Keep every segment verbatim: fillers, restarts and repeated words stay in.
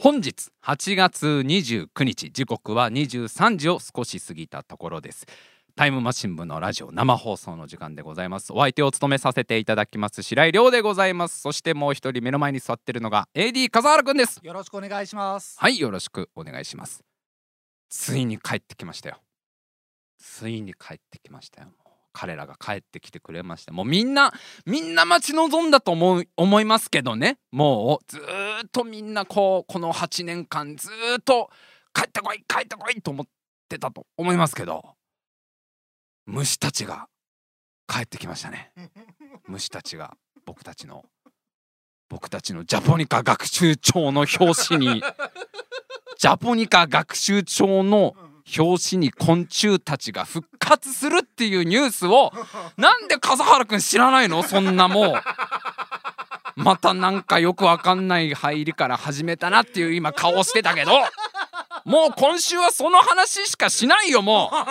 本日はちがつにじゅうくにち、時刻はにじゅうさんじを少し過ぎたところです。タイムマシン部のラジオ生放送の時間でございます。お相手を務めさせていただきます白井亮でございます。そしてもう一人目の前に座ってるのが エーディー 笠原くんです。 よろしくお願いします。 はい、よろしくお願いします。ついに帰ってきましたよ。ついに帰ってきましたよ。彼らが帰ってきてくれました。もうみんなみんな待ち望んだと思う思いますけどね。もうずーっとみんなこうこのはちねんかんずーっと帰ってこい帰ってこいと思ってたと思いますけど、虫たちが帰ってきましたね。虫たちが僕たちの僕たちのジャポニカ学習帳の表紙にジャポニカ学習帳の表紙に昆虫たちが復活するっていうニュースをなんで笠原くん知らないの？そんなもうまたなんかよくわかんない入りから始めたなっていう今顔してたけど、もう今週はその話しかしないよ。もう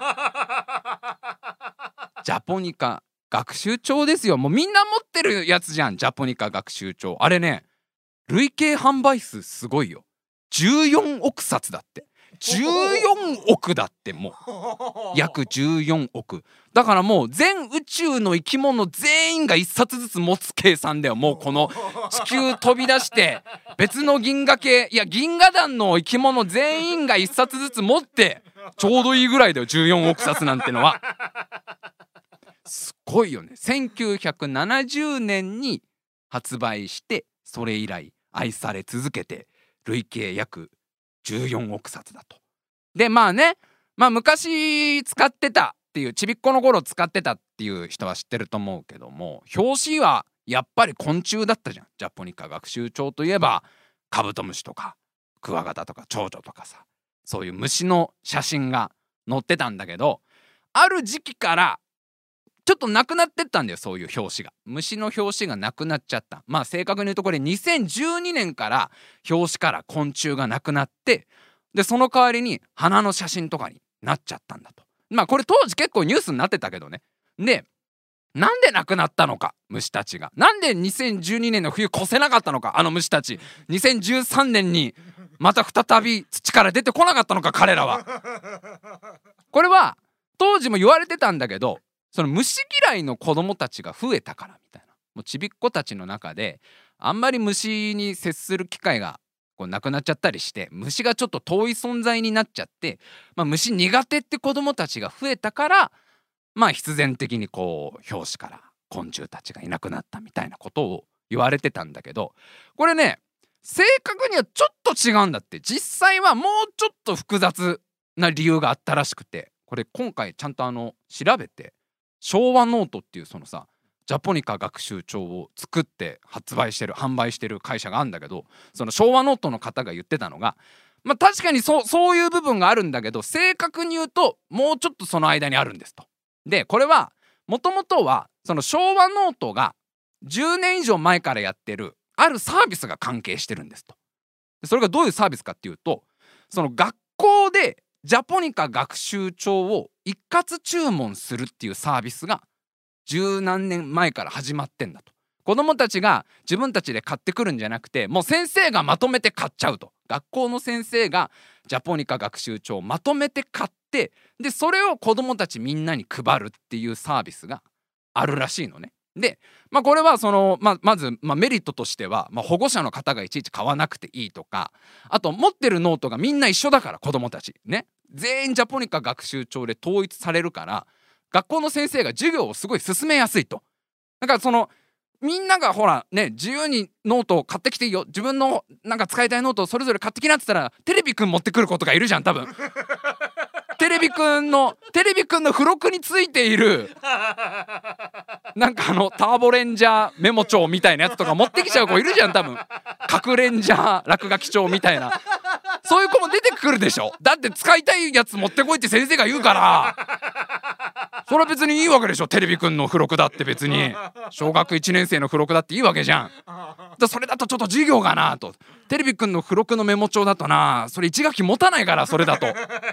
ジャポニカ学習帳ですよ。もうみんな持ってるやつじゃん、ジャポニカ学習帳。あれね、累計販売数すごいよ。じゅうよんおくさつだって。じゅうよんおくだって。もう約じゅうよんおくだからもう全宇宙の生き物全員がいっさつずつ持つ計算だよ。もうこの地球飛び出して別の銀河系、いや銀河団の生き物全員がいっさつずつ持ってちょうどいいぐらいだよ、じゅうよんおくさつなんてのは。すごいよね。せんきゅうひゃくななじゅうねんに発売して、それ以来愛され続けて累計約じゅうよんおくさつだと。でまあね、まあ昔使ってたっていう、ちびっこの頃使ってたっていう人は知ってると思うけども、表紙はやっぱり昆虫だったじゃん。ジャポニカ学習帳といえばカブトムシとかクワガタとかチョウチョとかさ、そういう虫の写真が載ってたんだけど、ある時期からちょっとなくなってったんだよ、そういう表紙が。虫の表紙がなくなっちゃった。まあ正確に言うとこれにせんじゅうにねんから表紙から昆虫がなくなって、でその代わりに花の写真とかになっちゃったんだと。まあこれ当時結構ニュースになってたけどね。でなんでなくなったのか、虫たちが。なんでにせんじゅうにねんの冬越せなかったのか、あの虫たち。にせんじゅうさんねんにまた再び土から出てこなかったのか、彼らは。これは当時も言われてたんだけど、その虫嫌いの子供たちが増えたからみたいな。もうちびっ子たちの中であんまり虫に接する機会がこうなくなっちゃったりして、虫がちょっと遠い存在になっちゃって、まあ、虫苦手って子供たちが増えたから、まあ必然的にこう表紙から昆虫たちがいなくなったみたいなことを言われてたんだけど、これね正確にはちょっと違うんだって。実際はもうちょっと複雑な理由があったらしくて、これ今回ちゃんとあの調べて、昭和ノートっていうそのさジャポニカ学習帳を作って発売してる販売してる会社があるんだけど、その昭和ノートの方が言ってたのが、まあ確かにそうそういう部分があるんだけど、正確に言うともうちょっとその間にあるんですと。でこれはもともとはその昭和ノートがじゅうねん以上前からやってるあるサービスが関係してるんですと。それがどういうサービスかっていうと、その学校でジャポニカ学習帳を一括注文するっていうサービスが十何年前から始まってんだと。子どもたちが自分たちで買ってくるんじゃなくて、もう先生がまとめて買っちゃうと。学校の先生がジャポニカ学習帳をまとめて買って、でそれを子どもたちみんなに配るっていうサービスがあるらしいのね。で、まあ、これはその、まあ、まず、まあ、メリットとしては、まあ、保護者の方がいちいち買わなくていいとか、あと持ってるノートがみんな一緒だから、子どもたちね全員ジャポニカ学習帳で統一されるから、学校の先生が授業をすごい進めやすいと。だからそのみんながほらね自由にノートを買ってきていいよ、自分のなんか使いたいノートをそれぞれ買ってきなって言ったら、テレビくん持ってくる子とかいるじゃん多分。テレビくんのテレビくんの付録についているなんかあのターボレンジャーメモ帳みたいなやつとか持ってきちゃう子いるじゃん多分。核レンジャー落書き帳みたいな、そういう子も出てくるでしょ。だって使いたいやつ持ってこいって先生が言うから、それは別にいいわけでしょ。テレビくんの付録だって別に小学いちねん生の付録だっていいわけじゃん。だそれだとちょっと授業がなと、テレビくんの付録のメモ帳だとな、それ一学期持たないから、それだと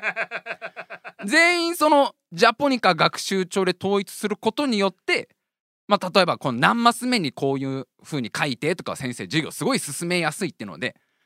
全員そのジャポニカ学習帳で統一することによって、まあ例えばこの何マス目にこういう風に書いてとか先生授業すごい進めやすいってので、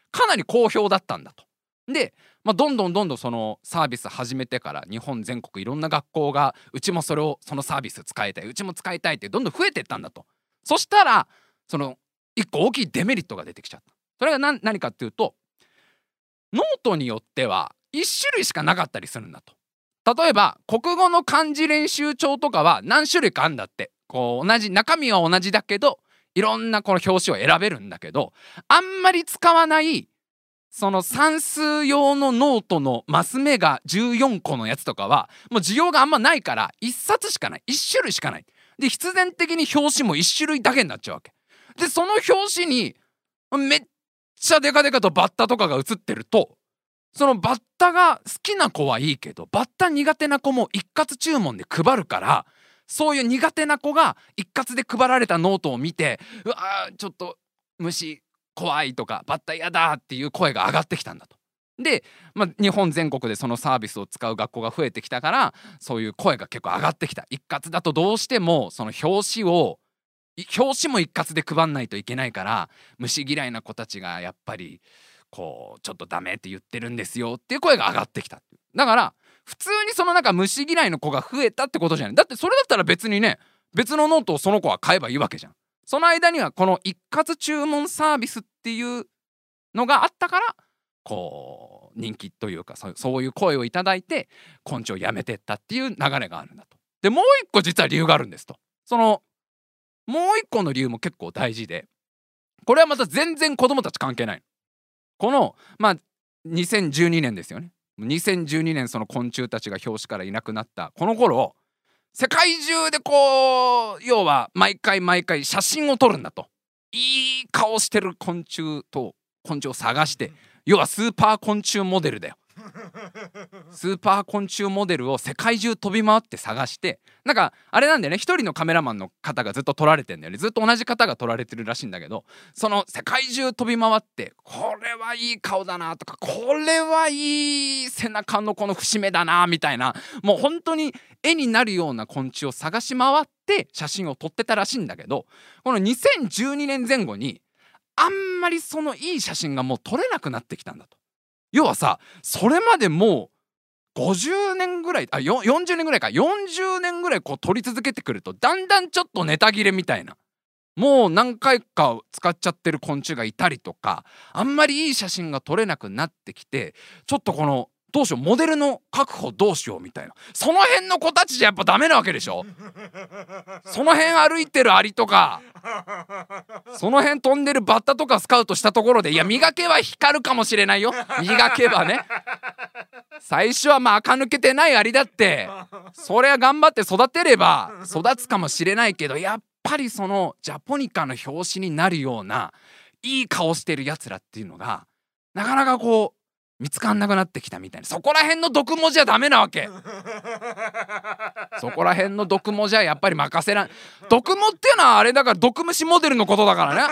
かなり好評だったんだと。で、まあ、どんどんどんどんそのサービス始めてから日本全国いろんな学校がうちもそれをそのサービス使いたいうちも使いたいってどんどん増えていったんだと。そしたらその一個大きいデメリットが出てきちゃった。それが何、何かっていうと、ノートによってはいち種類しかなかったりするんだと。例えば国語の漢字練習帳とかは何種類かあんだって。こう同じ中身は同じだけどいろんなこの表紙を選べるんだけど、あんまり使わないその算数用のノートのマス目がじゅうよんこのやつとかはもう需要があんまないからいっさつしかない、いち種類しかない。で必然的に表紙もいち種類だけになっちゃうわけで、その表紙にめっちゃデカデカとバッタとかが写ってると、そのバッタが好きな子はいいけどバッタ苦手な子も一括注文で配るから、そういう苦手な子が一括で配られたノートを見て、うわーちょっと虫怖いとかバッタ嫌だっていう声が上がってきたんだと。で、まあ、日本全国でそのサービスを使う学校が増えてきたから、そういう声が結構上がってきた。一括だとどうしてもその表紙を表紙も一括で配んないといけないから、虫嫌いな子たちがやっぱりこうちょっとダメって言ってるんですよっていう声が上がってきた。だから普通にそのなんか虫嫌いの子が増えたってことじゃない。だってそれだったら別にね、別のノートをその子は買えばいいわけじゃん。その間にはこの一括注文サービスっていうのがあったから、こう人気というかそう、そういう声をいただいて昆虫をやめてったっていう流れがあるんだと。でもう一個実は理由があるんですと。そのもう一個の理由も結構大事で、これはまた全然子供たち関係ない。このまあにせんじゅうにねんですよね。にせんじゅうにねんその昆虫たちが表紙からいなくなったこの頃、世界中でこう要は毎回毎回写真を撮るんだと。いい顔してる昆虫と昆虫を探して、要はスーパー昆虫モデルだよ。スーパー昆虫モデルを世界中飛び回って探して、なんかあれなんだよね、一人のカメラマンの方がずっと撮られてんだよね。ずっと同じ方が撮られてるらしいんだけど、その世界中飛び回ってこれはいい顔だなとか、これはいい背中のこの節目だなみたいな、もう本当に絵になるような昆虫を探し回って写真を撮ってたらしいんだけど、このにせんじゅうにねんぜん後にあんまりそのいい写真がもう撮れなくなってきたんだと。要はさ、それまでもうごじゅうねんぐらい、あよよんじゅうねんぐらいか、よんじゅうねんぐらいこう撮り続けてくるとだんだんちょっとネタ切れみたいな、もう何回か使っちゃってる昆虫がいたりとか、あんまりいい写真が撮れなくなってきて、ちょっとこのどうしよう、モデルの確保どうしようみたいな、その辺の子たちじゃやっぱダメなわけでしょ。その辺歩いてるアリとかその辺飛んでるバッタとかスカウトしたところで、いや磨けば光るかもしれないよ、磨けばね。最初はまあ垢抜けてないアリだってそれは頑張って育てれば育つかもしれないけど、やっぱりそのジャポニカの表紙になるようないい顔してるやつらっていうのがなかなかこう見つかんなくなってきたみたいな。そこら辺の毒文じゃダメなわけ。そこら辺の毒文じゃやっぱり任せらん。毒文っていうのはあれだから、毒虫モデルのことだからね。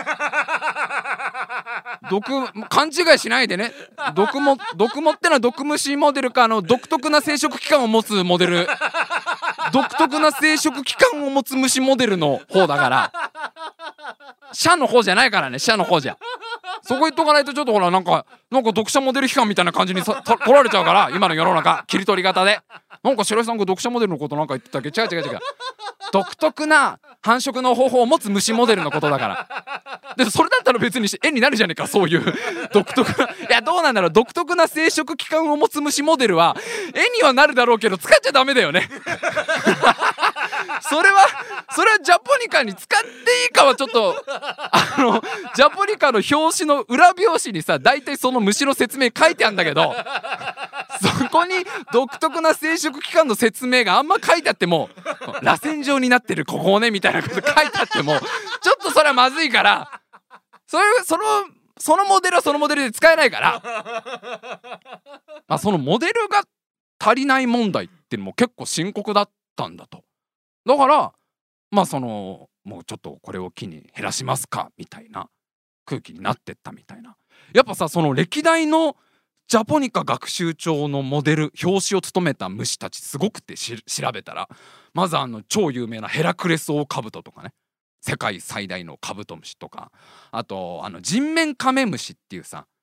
毒勘違いしないでね。毒も毒もってのは毒虫モデルか、あの独特な生殖器官を持つモデル、独特な生殖器官を持つ虫モデルの方だから、社の方じゃないからね。社の方じゃそこ言っとかないと、ちょっとほらなんかなんか読者モデル批判みたいな感じにさと取られちゃうから、今の世の中切り取り方でなんか白井さんが読者モデルのことなんか言ってたっけ。違う違う違う、独特な繁殖の方法を持つ虫モデルのことだから。でそれだったら別に絵になるじゃねえか、そういう独特な、いやどうなんだろう、独特な生殖器官を持つ虫モデルは絵にはなるだろうけど使っちゃダメだよね。それはそれはジャポニカに使っていいかはちょっと、あのジャポニカの表紙の裏表紙にさ、大体その虫の説明書いてあるんだけど、そこに独特な生殖器官の説明があんま書いてあっても、螺旋状になってるここをねみたいなこと書いてあってもちょっとそれはまずいから、それそのそのモデルはそのモデルで使えないから、まあ、そのモデルが足りない問題っていうのも結構深刻だったんだと。だからまあそのもうちょっとこれを機に減らしますかみたいな空気になってったみたいな。やっぱさ、その歴代のジャポニカ学習帳のモデル表紙を務めた虫たちすごくてし調べたら、まずあの超有名なヘラクレスオオカブトとかね、世界最大のカブトムシとか、あとあの人面カメムシっていうさ、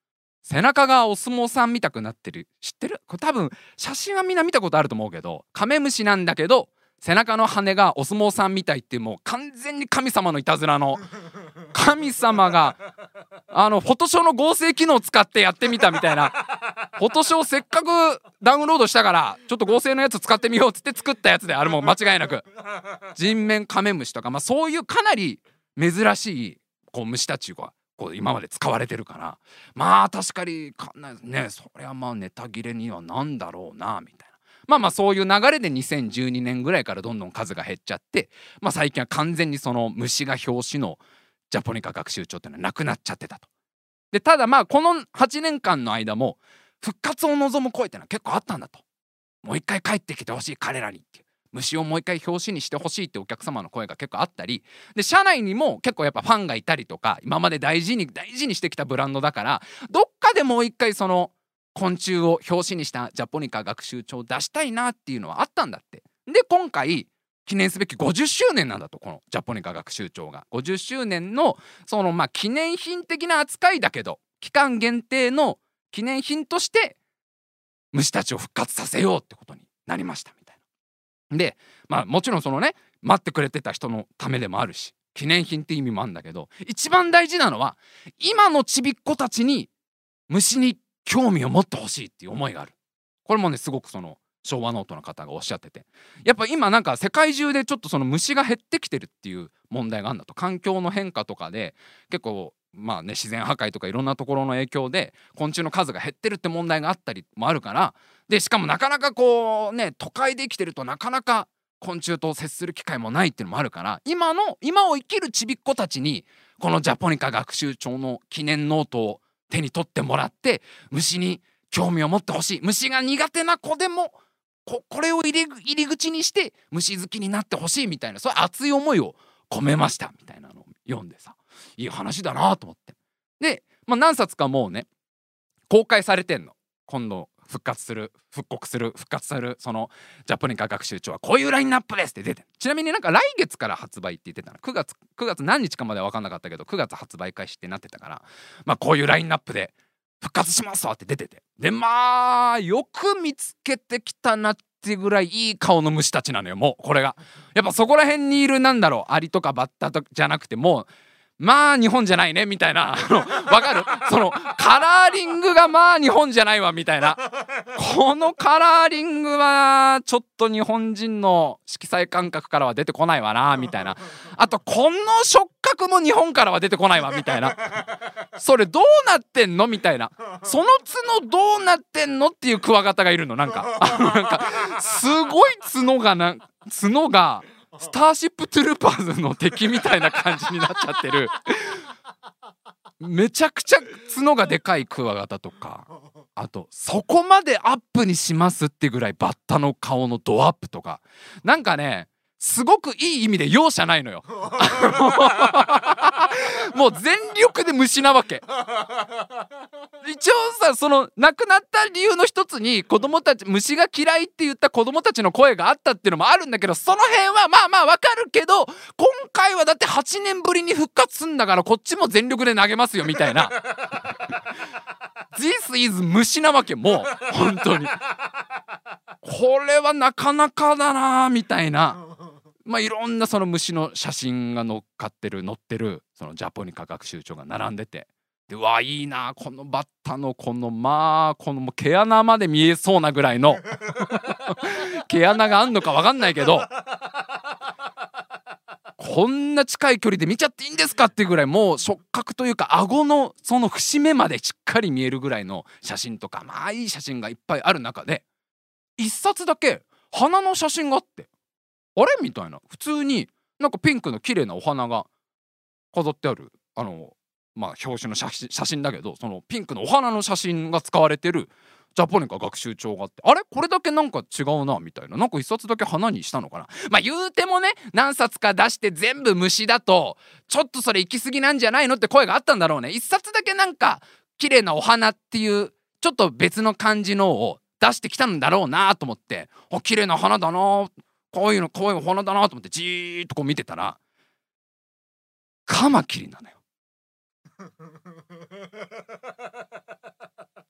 背中がお相撲さんみたくなってる、知ってる？これ多分写真はみんな見たことあると思うけど、カメムシなんだけど背中の羽がお相撲さんみたいっていう、もう完全に神様のいたずらの神様があのフォトショーの合成機能を使ってやってみたみたいな、フォトショーせっかくダウンロードしたからちょっと合成のやつ使ってみようっつって作ったやつで、あれも間違いなく人面カメムシとか、まあそういうかなり珍しいこう虫たちがこう今まで使われてるから、まあ確かにかなね、そりゃまあネタ切れにはなんだろうなみたいな。まあまあそういう流れでにせんじゅうにねんぐらいからどんどん数が減っちゃって、まあ最近は完全にその虫が表紙のジャポニカ学習帳っていうのはなくなっちゃってたと。でただまあこのはちねんかんの間も復活を望む声ってのは結構あったんだと。もう一回帰ってきてほしい彼らにっていう、虫をもう一回表紙にしてほしいってお客様の声が結構あったりで、社内にも結構やっぱファンがいたりとか、今まで大事に大事にしてきたブランドだから、どっかでもう一回その昆虫を表紙にしたジャポニカ学習帳を出したいなっていうのはあったんだって。で今回記念すべきごじゅっしゅうねんなんだと、このジャポニカ学習帳がごじゅっしゅうねんのそのまあ記念品的な扱いだけど、期間限定の記念品として虫たちを復活させようってことになりましたみたいな。でまあもちろんそのね待ってくれてた人のためでもあるし、記念品って意味もあるんだけど、一番大事なのは今のちびっ子たちに虫に興味を持ってほしいっていう思いがある。これもねすごくその昭和ノートの方がおっしゃってて、やっぱ今なんか世界中でちょっとその虫が減ってきてるっていう問題があるんだと。環境の変化とかで結構まあね自然破壊とかいろんなところの影響で昆虫の数が減ってるって問題があったりもあるから、でしかもなかなかこうね都会で生きてるとなかなか昆虫と接する機会もないっていうのもあるから、今の今を生きるちびっ子たちにこのジャポニカ学習帳の記念ノートを手に取ってもらって虫に興味を持ってほしい、虫が苦手な子でも こ, これを入り入り口にして虫好きになってほしいみたいな、そういう熱い思いを込めましたみたいなのを読んでさ、いい話だなと思って。で、まあ、何冊かもうね公開されてんの。今度復活する復刻する復活するそのジャポニカ学習帳はこういうラインナップですって出てる。ちなみになんか来月から発売って言ってたの。くがつくがつ何日かまでは分かんなかったけどくがつ発売開始ってなってたから、まあこういうラインナップで復活しますわって出てて、でまあよく見つけてきたなっていうぐらいいい顔の虫たちなのよ。もうこれがやっぱそこら辺にいるなんだろうアリとかバッタとじゃなくて、もうまあ日本じゃないねみたいな、あのわかるそのカラーリングがまあ日本じゃないわみたいな、このカラーリングはちょっと日本人の色彩感覚からは出てこないわなみたいな、あとこの触覚も日本からは出てこないわみたいな、それどうなってんのみたいな、その角どうなってんのっていうクワガタがいるの。なんかあのなんかすごい角がな角がスターシップトゥルーパーズの敵みたいな感じになっちゃってるめちゃくちゃ角がでかいクワガタとか、あとそこまでアップにしますってぐらいバッタの顔のドアップとか、なんかねすごくいい意味で容赦ないのよもう全力で虫なわけ。一応さその亡くなった理由の一つに子供たち虫が嫌いって言った子供たちの声があったっていうのもあるんだけど、その辺はまあまあわかるけど、今回はだってはちねんぶりに復活すんだからこっちも全力で投げますよみたいなThis is 虫なわけ。もう本当にこれはなかなかだなみたいな、まあいろんなその虫の写真が載っかってる載ってるそのジャポニカ学習帳が並んでて、でうわいいなこのバッタのこのまあこのもう毛穴まで見えそうなぐらいの毛穴があんのか分かんないけどこんな近い距離で見ちゃっていいんですかっていうぐらい、もう触覚というか顎のその節目までしっかり見えるぐらいの写真とか、まあいい写真がいっぱいある中で一冊だけ花の写真があって、あれみたいな、普通になんかピンクの綺麗なお花が飾ってあるあのまあ表紙の写真、写真だけどそのピンクのお花の写真が使われてるジャポニカ学習帳があって、あれこれだけなんか違うなみたいな、なんか一冊だけ花にしたのかな。まあ言うてもね何冊か出して全部虫だとちょっとそれ行き過ぎなんじゃないのって声があったんだろうね。一冊だけなんか綺麗なお花っていうちょっと別の感じのを出してきたんだろうなと思って、あ綺麗な花だなこういうのこういうお花だなと思ってじーっとこう見てたらカマキリなのよ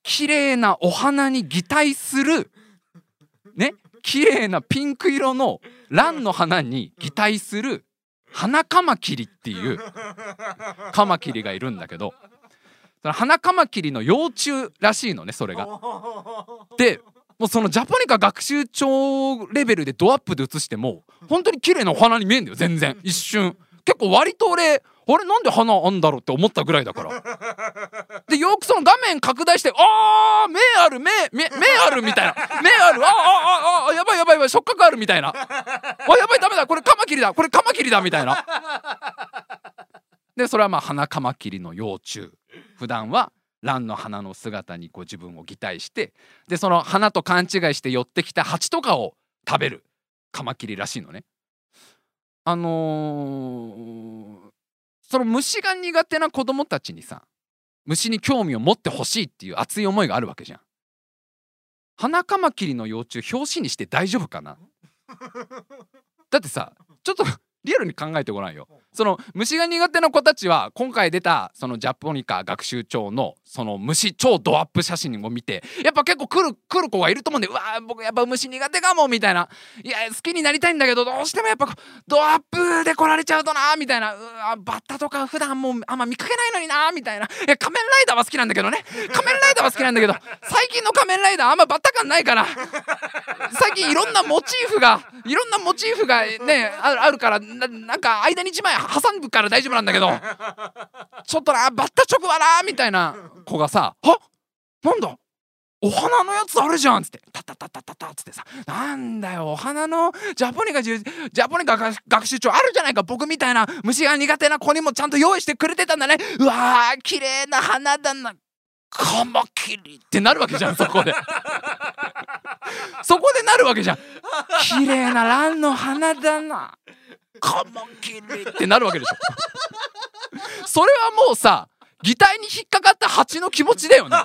綺麗なお花に擬態するね、綺麗なピンク色の蘭の花に擬態する花カマキリっていうカマキリがいるんだけど、その花カマキリの幼虫らしいのね、それが。でもうそのジャポニカ学習帳レベルでドアップで映しても本当に綺麗なお花に見えんだよ、全然一瞬。結構割と俺あれなんで花あんだろうって思ったぐらいだから。でよくその画面拡大してあー目ある目目目あるみたいな、目あるあーあーあーあーやばいやばいやばい触覚あるみたいな、あやばいダメだこれカマキリだこれカマキリだみたいな。でそれはまあ花カマキリの幼虫、普段は蘭の花の姿にこう自分を擬態して、でその花と勘違いして寄ってきた蜂とかを食べるカマキリらしいのね。あのー、その虫が苦手な子供たちにさ、虫に興味を持ってほしいっていう熱い思いがあるわけじゃん。花カマキリの幼虫表紙にして大丈夫かな。だってさちょっとリアルに考えてごらんよ。その虫が苦手な子たちは今回出たそのジャポニカ学習帳のその虫超ドアップ写真を見てやっぱ結構来る来る子がいると思うんで、うわー僕やっぱ虫苦手かもみたいな、いや好きになりたいんだけどどうしてもやっぱドアップで来られちゃうとなみたいな、うわバッタとか普段もうあんま見かけないのになみたいな、いや仮面ライダーは好きなんだけどね、仮面ライダーは好きなんだけど最近の仮面ライダーあんまバッタ感ないから、最近いろんなモチーフがいろんなモチーフがねある、あるからな、なんか間にいちまい挟むから大丈夫なんだけどちょっとなバッタ直はなみたいな子がさ、はなんだお花のやつあるじゃんっつってタッタッタッタッタッタッつってさ、なんだよお花のジャポニカジャポニカ学習帳あるじゃないか、僕みたいな虫が苦手な子にもちゃんと用意してくれてたんだね、うわー綺麗な花だなカマキリってなるわけじゃん。そこでそこでなるわけじゃん。綺麗な蘭の花だなカマキリってなるわけでしょ。それはもうさ擬態に引っかかった蜂の気持ちだよね。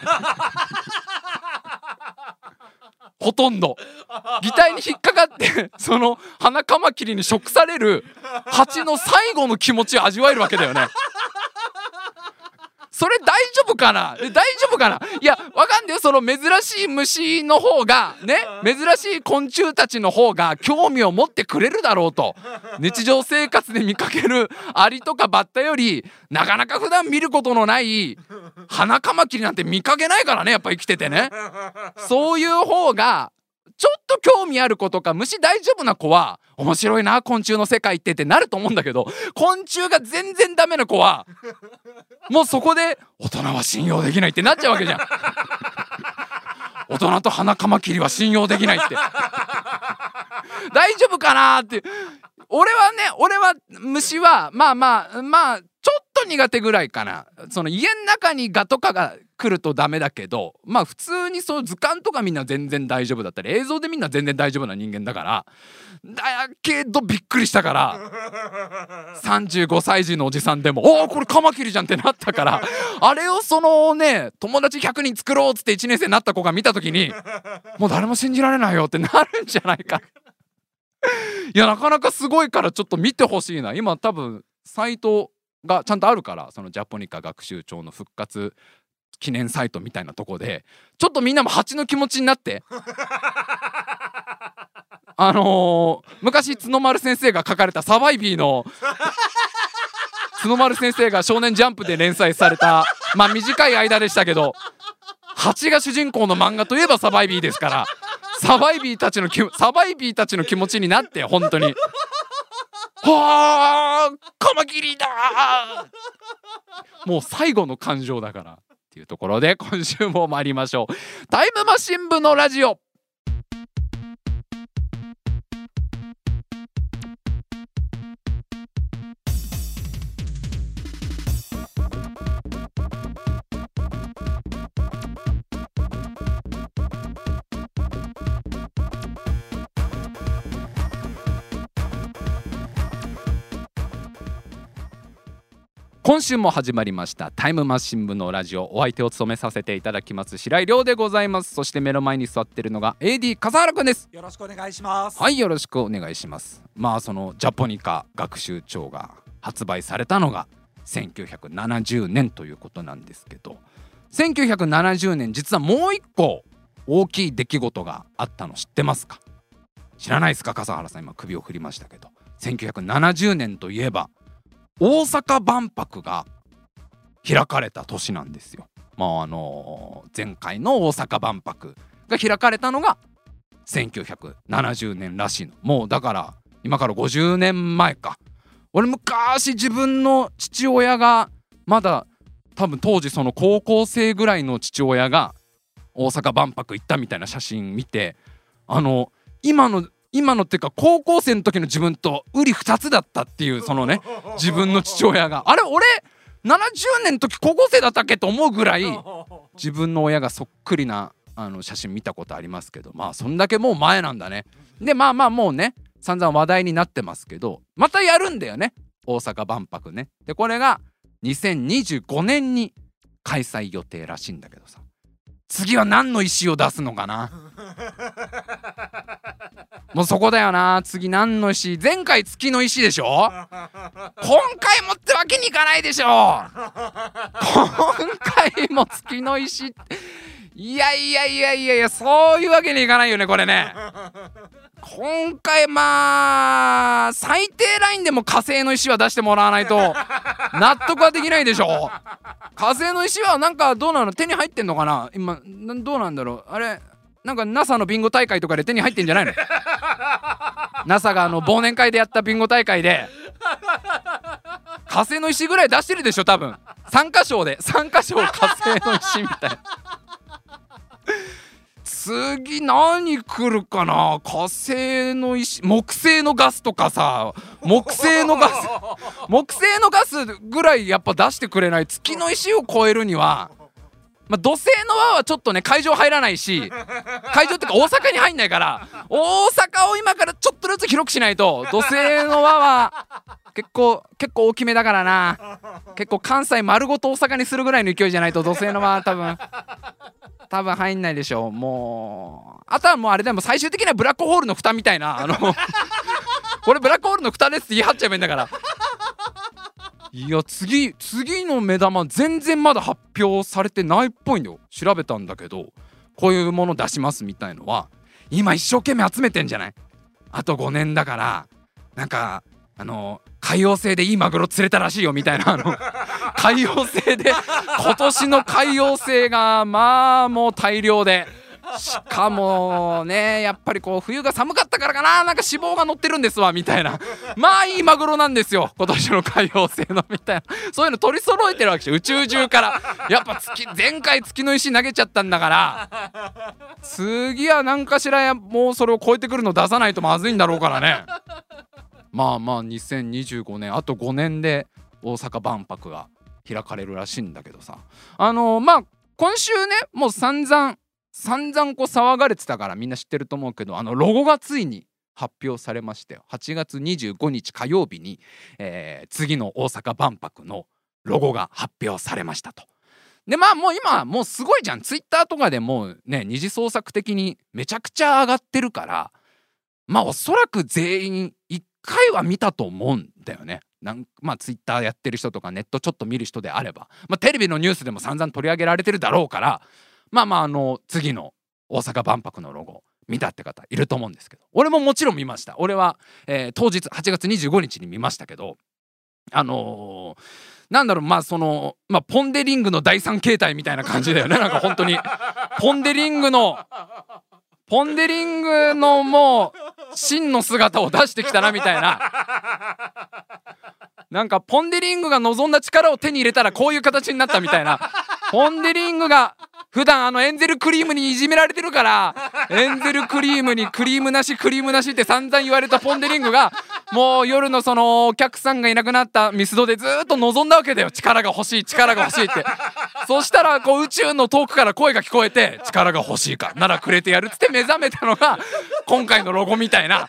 ほとんど擬態に引っかかってその花カマキリに食される蜂の最後の気持ちを味わえるわけだよね。それ大丈夫かな、大丈夫かな。いやわかんないよ、その珍しい虫の方がね、珍しい昆虫たちの方が興味を持ってくれるだろうと。日常生活で見かけるアリとかバッタよりなかなか普段見ることのない花カマキリなんて見かけないからね、やっぱ生きててね。そういう方がちょっと興味ある子とか虫大丈夫な子は面白いな昆虫の世界ってってなると思うんだけど、昆虫が全然ダメな子はもうそこで大人は信用できないってなっちゃうわけじゃん。大人と花カマキリは信用できないって大丈夫かなって。俺はね俺は虫はまあまあまあちょっと苦手ぐらいかな。その家の中にガとかが来るとダメだけど、まあ普通にそう図鑑とかみんな全然大丈夫だったり映像でみんな全然大丈夫な人間だから、だけどびっくりしたからさんじゅうごさい児のおじさんでもおーこれカマキリじゃんってなったから、あれをそのね友達ひゃくにん作ろうっつっていちねん生になった子が見た時にもう誰も信じられないよってなるんじゃないか。いやなかなかすごいからちょっと見てほしいな。今多分サイトがちゃんとあるから、そのジャポニカ学習帳の復活記念サイトみたいなとこでちょっとみんなも蜂の気持ちになってあのー、昔角丸先生が書かれたサバイビーの角丸先生が少年ジャンプで連載されたまあ短い間でしたけど蜂が主人公の漫画といえばサバイビーですから、サバイビーたちのきサバイビーたちの気持ちになって本当にはあカマキリだもう最後の感情だからっていうところで今週も参りましょう。タイムマシン部のラジオ。今週も始まりましたタイムマシン部のラジオ。お相手を務めさせていただきます白井亮でございます。そして目の前に座っているのが エーディー 笠原くんです。 よろしくお願いします。 はいよろしくお願いします。まあそのジャポニカ学習帳が発売されたのがせんきゅうひゃくななじゅうねんということなんですけど、 せんきゅうひゃくななじゅうねん実はもう一個大きい出来事があったの知ってますか？知らないですか？笠原さん今首を振りましたけど、せんきゅうひゃくななじゅうねんといえば大阪万博が開かれた年なんですよ。まああのー、前回の大阪万博が開かれたのがせんきゅうひゃくななじゅうねんらしいの。もうだから今からごじゅうねんまえか。俺昔自分の父親がまだ多分当時その高校生ぐらいの父親が大阪万博行ったみたいな写真見て、あの今の今のっていうか高校生の時の自分と瓜二つだったっていう、そのね自分の父親があれ俺ななじゅうねんの時高校生だったっけと思うぐらい自分の親がそっくりなあの写真見たことありますけど、まあそんだけもう前なんだね。でまあまあもうね散々話題になってますけど、またやるんだよね大阪万博ね。でこれがにせんにじゅうごねんに開催予定らしいんだけどさ、次は何の石を出すのかなもうそこだよな。次何の石？前回月の石でしょ。今回もってわけにいかないでしょ。今回も月の石っていやいやいやいやいや、そういうわけにいかないよねこれね。今回まあ最低ラインでも火星の石は出してもらわないと納得はできないでしょ。火星の石はなんかどうなの？手に入ってんのかな今？どうなんだろうあれ。なんか ナサ のビンゴ大会とかで手に入ってんじゃないの？ ナサ があの忘年会でやったビンゴ大会で火星の石ぐらい出してるでしょ多分。参加賞で参加賞火星の石みたいな。次何来るかな。火星の石、木星のガスとかさ、木星のガス木星のガスぐらいやっぱ出してくれない。月の石を超えるにはまあ、土星の輪はちょっとね会場入らないし、会場ってか大阪に入んないから大阪を今からちょっとずつ広くしないと。土星の輪は結構結構大きめだからな。結構関西丸ごと大阪にするぐらいの勢いじゃないと土星の輪は多分多分入んないでしょ。もうあとはもうあれでも最終的にはブラックホールの蓋みたいな、あのこれブラックホールの蓋ですって言い張っちゃえばいいんだから。いや次次の目玉全然まだ発表されてないっぽいんだよ。調べたんだけどこういうもの出しますみたいのは今一生懸命集めてんじゃない。あとごねんだからなんかあの海洋星でいいマグロ釣れたらしいよみたいな、あの海洋星で今年の海洋星がまあもう大量で、しかもねやっぱりこう冬が寒かったからかな、なんか脂肪が乗ってるんですわみたいな、まあいいマグロなんですよ今年の海洋星のみたいな、そういうの取り揃えてるわけですよ宇宙中から。やっぱ月前回月の石投げちゃったんだから次は何かしらもうそれを超えてくるの出さないとまずいんだろうからね。まあまあにせんにじゅうごねんあとごねんで大阪万博が開かれるらしいんだけどさ、あのー、まあ今週ねもう散々散々こう騒がれてたからみんな知ってると思うけど、あのロゴがついに発表されましたよ。はちがつにじゅうごにち火曜日に、えー、次の大阪万博のロゴが発表されましたと。でまあもう今もうすごいじゃん、ツイッターとかでもうね二次創作的にめちゃくちゃ上がってるから、まあおそらく全員いっかいは見たと思うんだよね。なんまあツイッターやってる人とかネットちょっと見る人であれば、まあ、テレビのニュースでも散々取り上げられてるだろうから、まあまああの次の大阪万博のロゴ見たって方いると思うんですけど、俺ももちろん見ました。俺は、えー、当日はちがつにじゅうごにちに見ましたけど、あのー、なんだろうまあそのまあポン・デ・リングの第三形態みたいな感じだよね。なんか本当にポン・デ・リングのポン・デ・リングのもう真の姿を出してきたなみたいな。なんかポン・デ・リングが望んだ力を手に入れたらこういう形になったみたいな。ポン・デ・リングが普段あのエンゼルクリームにいじめられてるから、エンゼルクリームにクリームなしクリームなしって散々言われたポン・デ・リングがもう夜のそのお客さんがいなくなったミスドでずーっと望んだわけだよ。力が欲しい力が欲しいって。そしたらこう宇宙の遠くから声が聞こえて、力が欲しいかならくれてやるっつって目覚めたのが今回のロゴみたいな。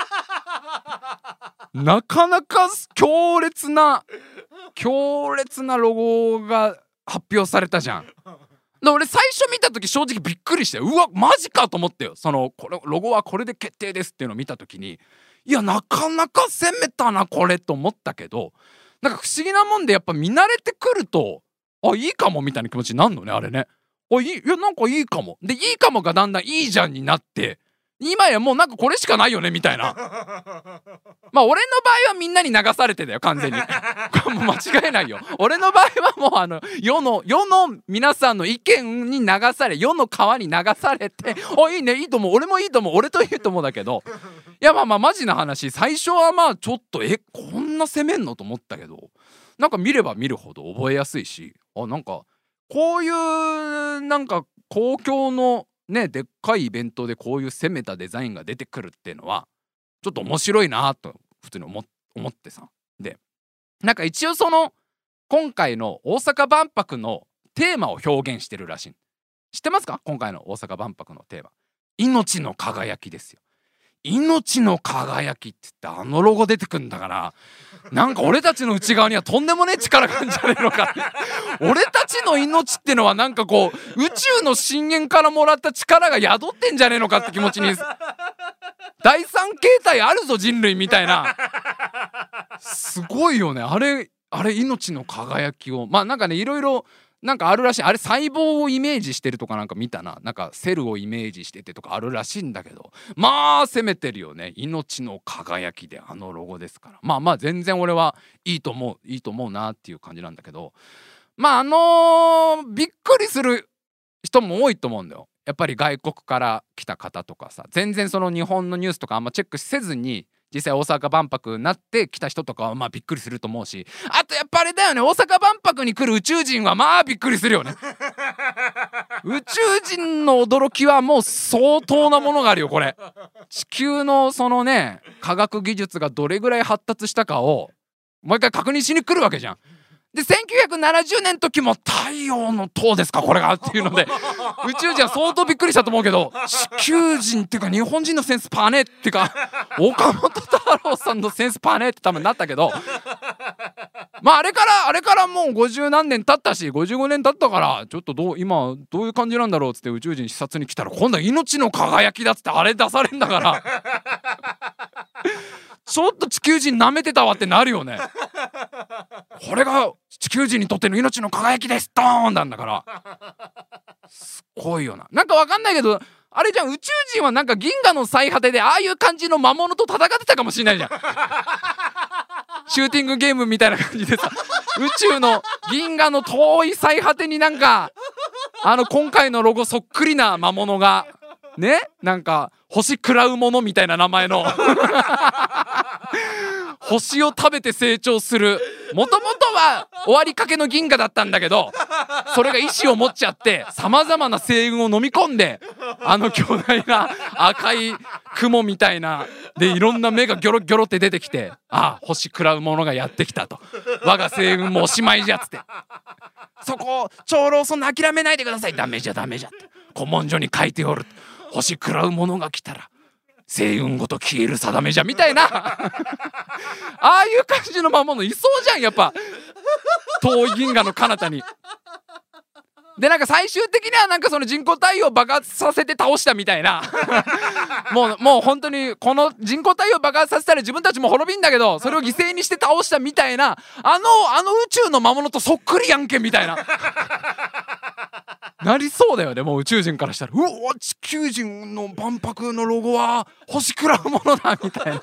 なかなか強烈な強烈なロゴが発表されたじゃん。で俺最初見た時正直びっくりして、うわマジかと思ってよ。そのこれロゴはこれで決定ですっていうのを見た時に、いやなかなか攻めたなこれと思ったけど、なんか不思議なもんでやっぱ見慣れてくるとあいいかもみたいな気持ちになるのねあれね。あいい、いやなんかいいかもで、いいかもがだんだんいいじゃんになって、今やもうなんかこれしかないよねみたいな。まあ俺の場合はみんなに流されてだよ完全に。これもう間違いないよ。俺の場合はもうあの世の世の皆さんの意見に流され、世の川に流されて、あいいねいいと思う、俺もいいと思う、俺といいと思うだけど、いやまあまあマジな話、最初はまあちょっとえこんな攻めんのと思ったけど、なんか見れば見るほど覚えやすいし、あなんかこういうなんか公共のねでっかいイベントでこういう攻めたデザインが出てくるっていうのはちょっと面白いなと普通に思思ってさ。でなんか一応その今回の大阪万博のテーマを表現してるらしい。知ってますか？今回の大阪万博のテーマ、命の輝きですよ。命の輝きって言ってあのロゴ出てくんだから、なんか俺たちの内側にはとんでもねえ力があるんじゃねえのか俺たちの命ってのはなんかこう宇宙の深淵からもらった力が宿ってんじゃねえのかって気持ちに、第三形態あるぞ人類みたいな、すごいよねあれ。あれ命の輝きをまあなんかねいろいろなんかあるらしい。あれ細胞をイメージしてるとかなんか見たな。なんかセルをイメージしててとかあるらしいんだけど、まあ攻めてるよね。命の輝きであのロゴですから、まあまあ全然俺はいいと思ういいと思うなっていう感じなんだけど、まああのー、びっくりする人も多いと思うんだよ。やっぱり外国から来た方とかさ、全然その日本のニュースとかあんまチェックせずに実際大阪万博になって来た人とかはまあびっくりすると思うし、あとやっぱあれだよね、大阪万博に来る宇宙人はまあびっくりするよね宇宙人の驚きはもう相当なものがあるよこれ。地球のそのね科学技術がどれぐらい発達したかをもう一回確認しに来るわけじゃん。でせんきゅうひゃくななじゅうねんの時も太陽の塔ですかこれがっていうので宇宙人は相当びっくりしたと思うけど、地球人っていうか日本人のセンスパーねっていうか岡本太郎さんのセンスパーねって多分なったけど、まああれからあれからもうごじゅうなんねん経ったしごじゅうごねん経ったから、ちょっとどう今どういう感じなんだろうっつって宇宙人視察に来たら今度は命の輝きだっつってあれ出されんだからちょっと地球人舐めてたわってなるよね。これが地球人にとっての命の輝きですドーンなんだから、すごいよな。なんかわかんないけどあれじゃん、宇宙人はなんか銀河の最果てでああいう感じの魔物と戦ってたかもしれないじゃんシューティングゲームみたいな感じでさ、宇宙の銀河の遠い最果てになんかあの今回のロゴそっくりな魔物がね、なんか星食らうものみたいな名前の星を食べて成長する、もともとは終わりかけの銀河だったんだけどそれが意志を持っちゃってさまざまな星雲を飲み込んで、あの巨大な赤い雲みたいなでいろんな目がギョロギョロって出てきて、ああ星食らうものがやってきたと、我が星雲もおしまいじゃっつって、そこ長老そんな諦めないでください、ダメじゃダメじゃって古文書に書いておる、星食らうものが来たら星雲ごと消える定めじゃみたいなああいう感じの魔物いそうじゃんやっぱ遠い銀河の彼方に。でなんか最終的にはなんかその人工太陽を爆発させて倒したみたいなもうもう本当にこの人工太陽を爆発させたら自分たちも滅びんだけどそれを犠牲にして倒したみたいな、あのあの宇宙の魔物とそっくりやんけみたいななりそうだよね。もう宇宙人からしたらうわ地球人の万博のロゴは星食らうものだみたいな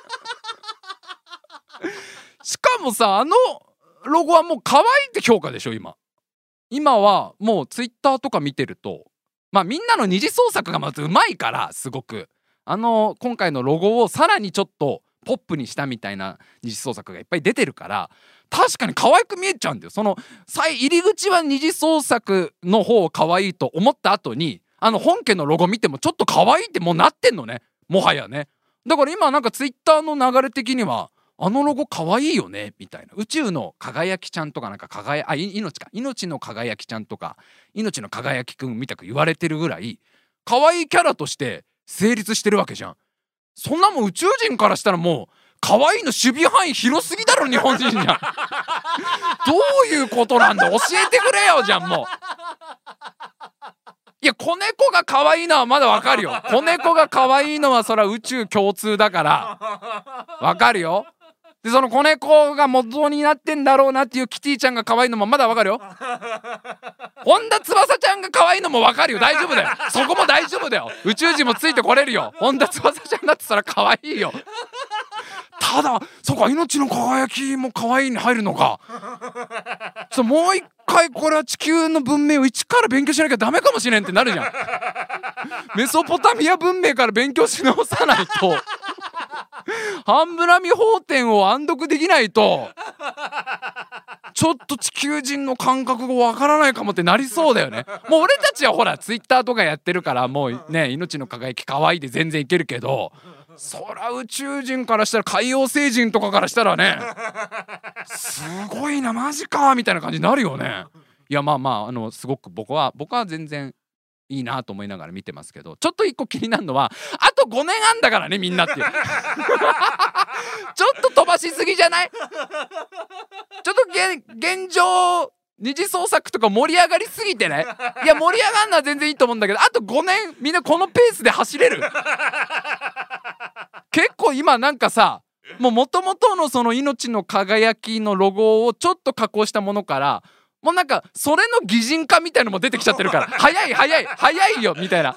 しかもさあのロゴはもう可愛いって評価でしょ今。今はもうツイッターとか見てるとまあみんなの二次創作がまずうまいから、すごくあの今回のロゴをさらにちょっとポップにしたみたいな二次創作がいっぱい出てるから確かに可愛く見えちゃうんだよ。その入り口は二次創作の方可愛いと思った後にあの本家のロゴ見てもちょっと可愛いってもうなってんのね、もはやね。だから今なんかツイッターの流れ的にはあのロゴ可愛いよねみたいな、宇宙の輝きちゃんとかなんか輝あい命か命の輝きちゃんとか命の輝きくんみたく言われてるぐらい可愛いキャラとして成立してるわけじゃん。そんなもん宇宙人からしたらもう可愛いの守備範囲広すぎだろ日本人じゃんどういうことなんだ教えてくれよじゃんもう。いや子猫が可愛いのはまだわかるよ、子猫が可愛いのはそら宇宙共通だからわかるよ。 でその子猫が元になってんだろうなっていうキティちゃんが可愛いのもまだわかるよ。本田翼ちゃんが可愛いのもわかるよ。大丈夫だよ。そこも大丈夫だよ。宇宙人もついてこれるよ。本田翼ちゃんだってそら可愛いよ。ただそこは命の輝きも可愛いに入るのか。ちょもう一回これは地球の文明を一から勉強しなきゃダメかもしれんってなるじゃん。メソポタミア文明から勉強し直さないとハンブラミ法典を暗読できないとちょっと地球人の感覚がわからないかもってなりそうだよね。もう俺たちはほらツイッターとかやってるからもうね命の輝き可愛いで全然いけるけど、そら宇宙人からしたら海洋星人とかからしたらねすごいなマジかみたいな感じになるよね。いやまあまああのすごく僕は僕は全然いいなと思いながら見てますけど、ちょっと一個気になるのはあとごねんあんだからねみんなっていうちょっと飛ばしすぎじゃない？ちょっと現状二次創作とか盛り上がりすぎてね。いや盛り上がるのは全然いいと思うんだけど、あとごねんみんなこのペースで走れる？結構今なんかさもう元々のその命の輝きのロゴをちょっと加工したものからもうなんかそれの擬人化みたいのも出てきちゃってるから早い早い早いよみたいな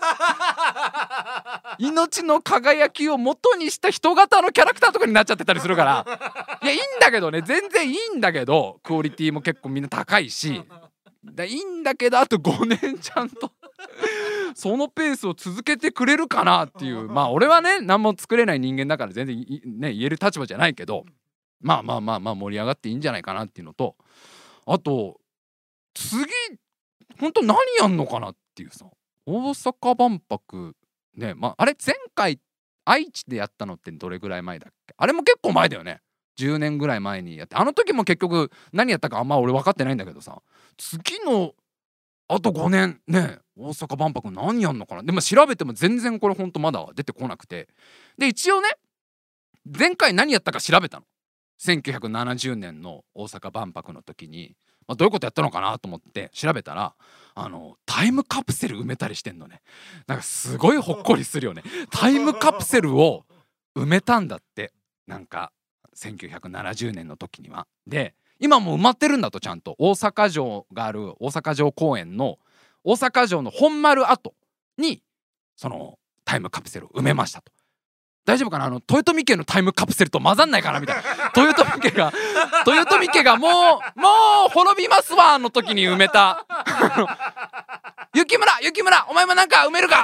命の輝きを元にした人型のキャラクターとかになっちゃってたりするから、いやいいんだけどね全然いいんだけどクオリティも結構みんな高いしだいいんだけどあとごねんちゃんとそのペースを続けてくれるかなっていう、まあ俺はね何も作れない人間だから全然ね言える立場じゃないけど、まあまあまあまあ盛り上がっていいんじゃないかなっていうのと、あと次本当何やんのかなっていうさ、大阪万博ね、まああれ前回愛知でやったのってどれぐらい前だっけ？あれも結構前だよね。じゅうねんぐらい前にやって、あの時も結局何やったかあんま俺分かってないんだけどさ、次のあとごねんね大阪万博何やんのかな。でも調べても全然これほんとまだ出てこなくて、で一応ね前回何やったか調べたの。せんきゅうひゃくななじゅうねんの大阪万博の時に、まあ、どういうことやったのかなと思って調べたら、あのタイムカプセル埋めたりしてんのね。なんかすごいほっこりするよね。タイムカプセルを埋めたんだって、なんかせんきゅうひゃくななじゅうねんの時には。で今もう埋まってるんだと、ちゃんと大阪城がある大阪城公園の大阪城の本丸跡にそのタイムカプセルを埋めましたと。大丈夫かな、あの豊臣家のタイムカプセルと混ざんないかなみたいな。豊臣家が豊臣家がもうもう滅びますわの時に埋めた雪村雪村お前もなんか埋めるか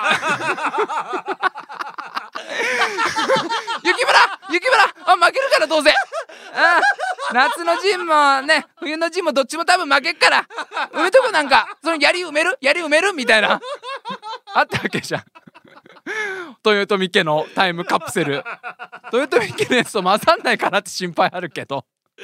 雪村雪村あ負けるからどうせ、うん、夏の陣もね冬の陣もどっちも多分負けっから埋めとこ、なんかその槍埋める槍埋めるみたいなあったわけじゃん。豊臣家のタイムカプセル豊臣家のやつと混ざんないかなって心配あるけど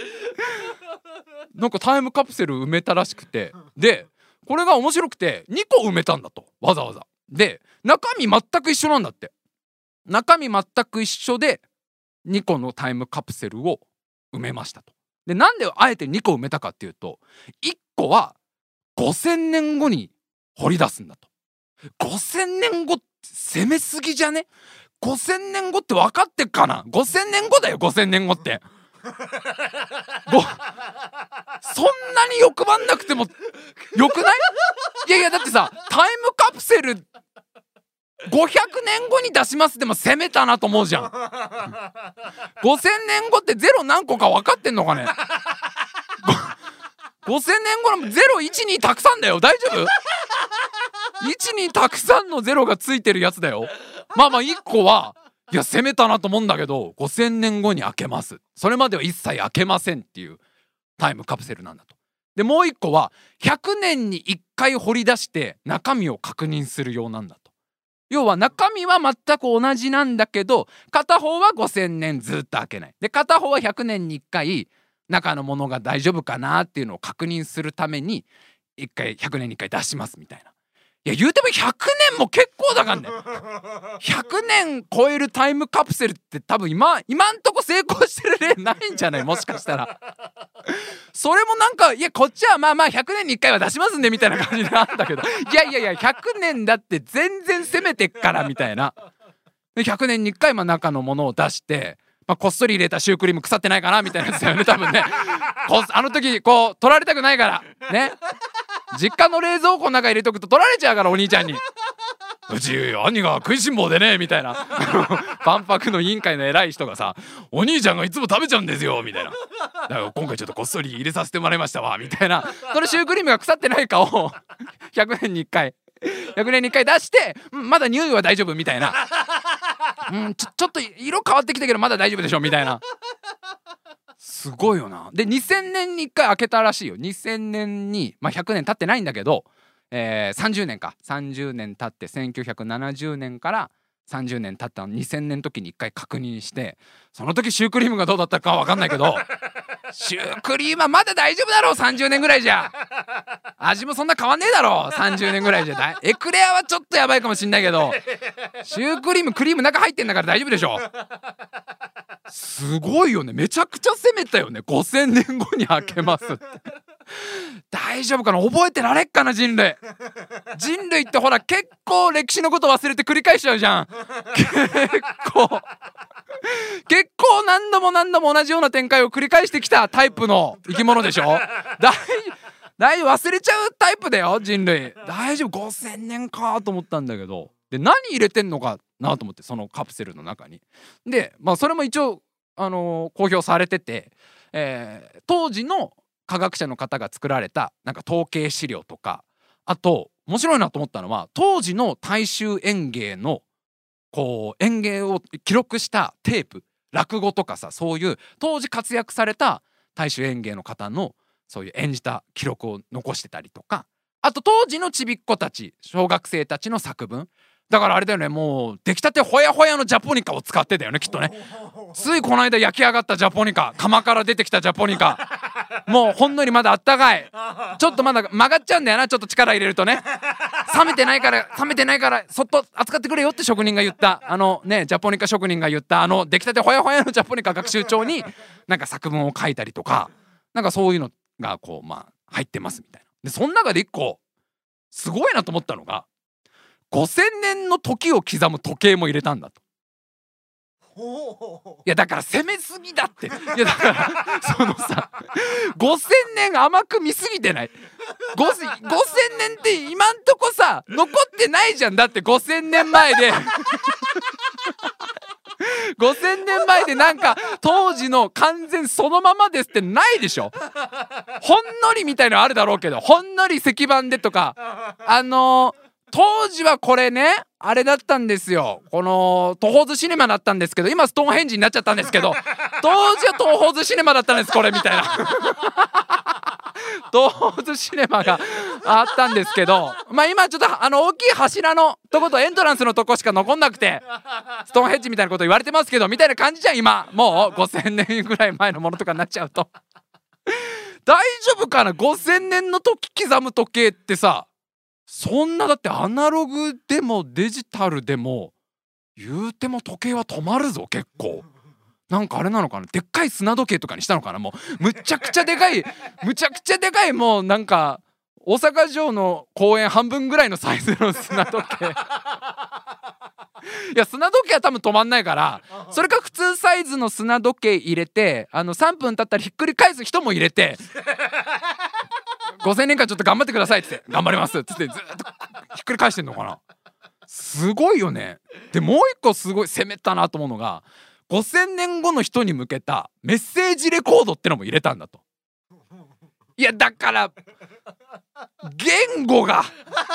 なんかタイムカプセル埋めたらしくて、でこれが面白くてにこ埋めたんだと、わざわざ。で中身全く一緒なんだって。中身全く一緒でにこのタイムカプセルを埋めましたと。でなんであえてにこ埋めたかっていうと、いっこはごせんねんごに掘り出すんだと。ごせんねんごって攻めすぎじゃね？ごせんねんごって分かってっかな？ごせんねんごだよ、ごせんねんごってごそんなに欲張んなくてもよくない？いやいやだってさタイムカプセルごひゃくねんごに出しますでも攻めたなと思うじゃん。ごせんねんごってゼロ何個か分かってんのかね。ごせんねんごのゼロいちにたくさんだよ、大丈夫？いちにたくさんのゼロがついてるやつだよ。まあまあいっこはいや攻めたなと思うんだけど、ごせんねんごに開けます、それまでは一切開けませんっていうタイムカプセルなんだと。でもういっこはひゃくねんにいっかい掘り出して中身を確認するようなんだと。要は中身は全く同じなんだけど片方はごせんねんずっと開けないで、片方はひゃくねんにいっかい中のものが大丈夫かなっていうのを確認するためにいっかいひゃくねんにいっかい出しますみたいな。いや言うてもひゃくねんも結構だからね。ひゃくねん超えるタイムカプセルって多分今今んとこ成功してる例ないんじゃない？もしかしたらそれもなんかいやこっちはまあまあひゃくねんにいっかいは出しますんでみたいな感じなんだけど、いやいやいやひゃくねんだって全然攻めてっからみたいな。でひゃくねんにいっかいまあ中のものを出してまあ、こっそり入れたシュークリーム腐ってないかなみたいなやつだよね多分ね。こあの時こう取られたくないからね、実家の冷蔵庫の中入れとくと取られちゃうからお兄ちゃんに。うち兄が食いしん坊でねみたいな万博の委員会の偉い人がさ、お兄ちゃんがいつも食べちゃうんですよみたいな、だから今回ちょっとこっそり入れさせてもらいましたわみたいな、そのシュークリームが腐ってないかをひゃくねんにいっかいひゃくねんにいっかい出して、うん、まだ匂いは大丈夫みたいな、うん、ちょ、ちょっと色変わってきたけどまだ大丈夫でしょみたいな。すごいよな。でにせんねんにいっかい開けたらしいよ。にせんねんに、まあ、ひゃくねん経ってないんだけど、えー、さんじゅうねんかさんじゅうねん経ってせんきゅうひゃくななじゅうねんからさんじゅうねん経ったにせんねんの時にいっかい確認して、その時シュークリームがどうだったかは分かんないけどシュークリームはまだ大丈夫だろう、さんじゅうねんぐらいじゃ味もそんな変わんねえだろう、さんじゅうねんぐらいじゃだエクレアはちょっとやばいかもしんないけどシュークリームクリーム中入ってんだから大丈夫でしょ。すごいよね、めちゃくちゃ攻めたよね。ごせんねんごに開けますって大丈夫かな、覚えてられっかな人類。人類ってほら結構歴史のこと忘れて繰り返しちゃうじゃん。結構結構何度も何度も同じような展開を繰り返してきたタイプの生き物でしょ。大大丈夫、忘れちゃうタイプだよ人類。大丈夫、ごせんねんかと思ったんだけど、で何入れてんのかなと思って、そのカプセルの中に。でまあそれも一応、あのー、公表されてて、えー、当時の科学者の方が作られたなんか統計資料とか、あと面白いなと思ったのは当時の大衆演芸のこう演芸を記録したテープ、落語とかさ、そういう当時活躍された大衆演芸の方のそういう演じた記録を残してたりとか、あと当時のちびっ子たち、小学生たちの作文だからあれだよね、もう出来たてほやほやのジャポニカを使ってたよねきっとね。ついこの間焼き上がったジャポニカ、釜から出てきたジャポニカ、もうほんのりまだあったかい、ちょっとまだ曲がっちゃうんだよな、ちょっと力入れるとね。冷めてないから冷めてないからそっと扱ってくれよって職人が言った、あのねジャポニカ職人が言ったあの出来たてほやほやのジャポニカ学習帳になんか作文を書いたりとか、なんかそういうのがこうまあ入ってますみたいな。でその中で一個すごいなと思ったのが、ごせんねんの時を刻む時計も入れたんだと。いやだから攻めすぎだって。いやだからそのさごせんねん甘く見すぎてない？ごせんねんって今んとこさ残ってないじゃん。だってごせんねんまえでごせんねんまえでなんか当時の完全そのままですってないでしょ。ほんのりみたいのあるだろうけど、ほんのり石板でとか、あのー当時はこれねあれだったんですよ、この東宝ズシネマだったんですけど、今ストーンヘンジになっちゃったんですけど、当時は東宝ズシネマだったんですこれみたいな東宝ズシネマがあったんですけど、まあ今ちょっとあの大きい柱のとことエントランスのとこしか残んなくてストーンヘッジみたいなこと言われてますけどみたいな感じじゃん今。もうごせんねんぐらい前のものとかになっちゃうと大丈夫かな。ごせんねんの時刻む時計ってさ、そんなだってアナログでもデジタルでも言うても時計は止まるぞ結構。なんかあれなのかな、でっかい砂時計とかにしたのかな。もうむちゃくちゃでかいむちゃくちゃでかい、もうなんか大阪城の公園半分ぐらいのサイズの砂時計いや砂時計は多分止まんないから、それか普通サイズの砂時計入れて、あのさんぷん経ったらひっくり返す人も入れてごせんねんかんちょっと頑張ってくださいっつって頑張りますっつってずっとひっくり返してんのかな。すごいよね。でもう一個すごい攻めたなと思うのが、ごせんねんごの人に向けたメッセージレコードってのも入れたんだと。いやだから言語が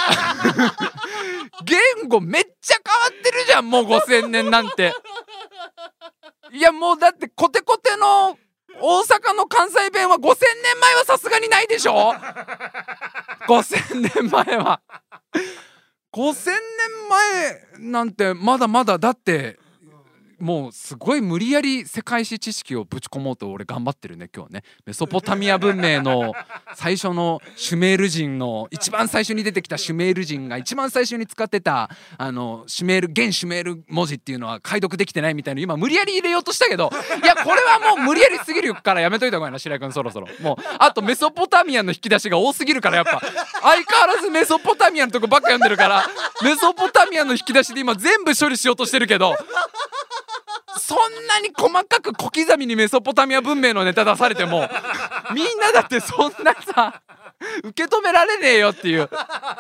言語めっちゃ変わってるじゃんもうごせんねんなんて。いやもうだってコテコテの大阪の関西弁はごせんねんまえはさすがにないでしょごせんねんまえはごせんねんまえなんてまだまだだって、もうすごい無理やり世界史知識をぶち込もうと俺頑張ってるね今日ね。メソポタミア文明の最初のシュメール人の一番最初に出てきたシュメール人が一番最初に使ってたあのシュメール現シュメール文字っていうのは解読できてないみたいな今無理やり入れようとしたけど、いやこれはもう無理やりすぎるからやめといた方がいいな白井君そろそろ。もうあとメソポタミアの引き出しが多すぎるからやっぱ相変わらずメソポタミアのとこばっか読んでるからメソポタミアの引き出しで今全部処理しようとしてるけどそんなに細かく小刻みにメソポタミア文明のネタ出されてもみんなだってそんなさ受け止められねえよっていう。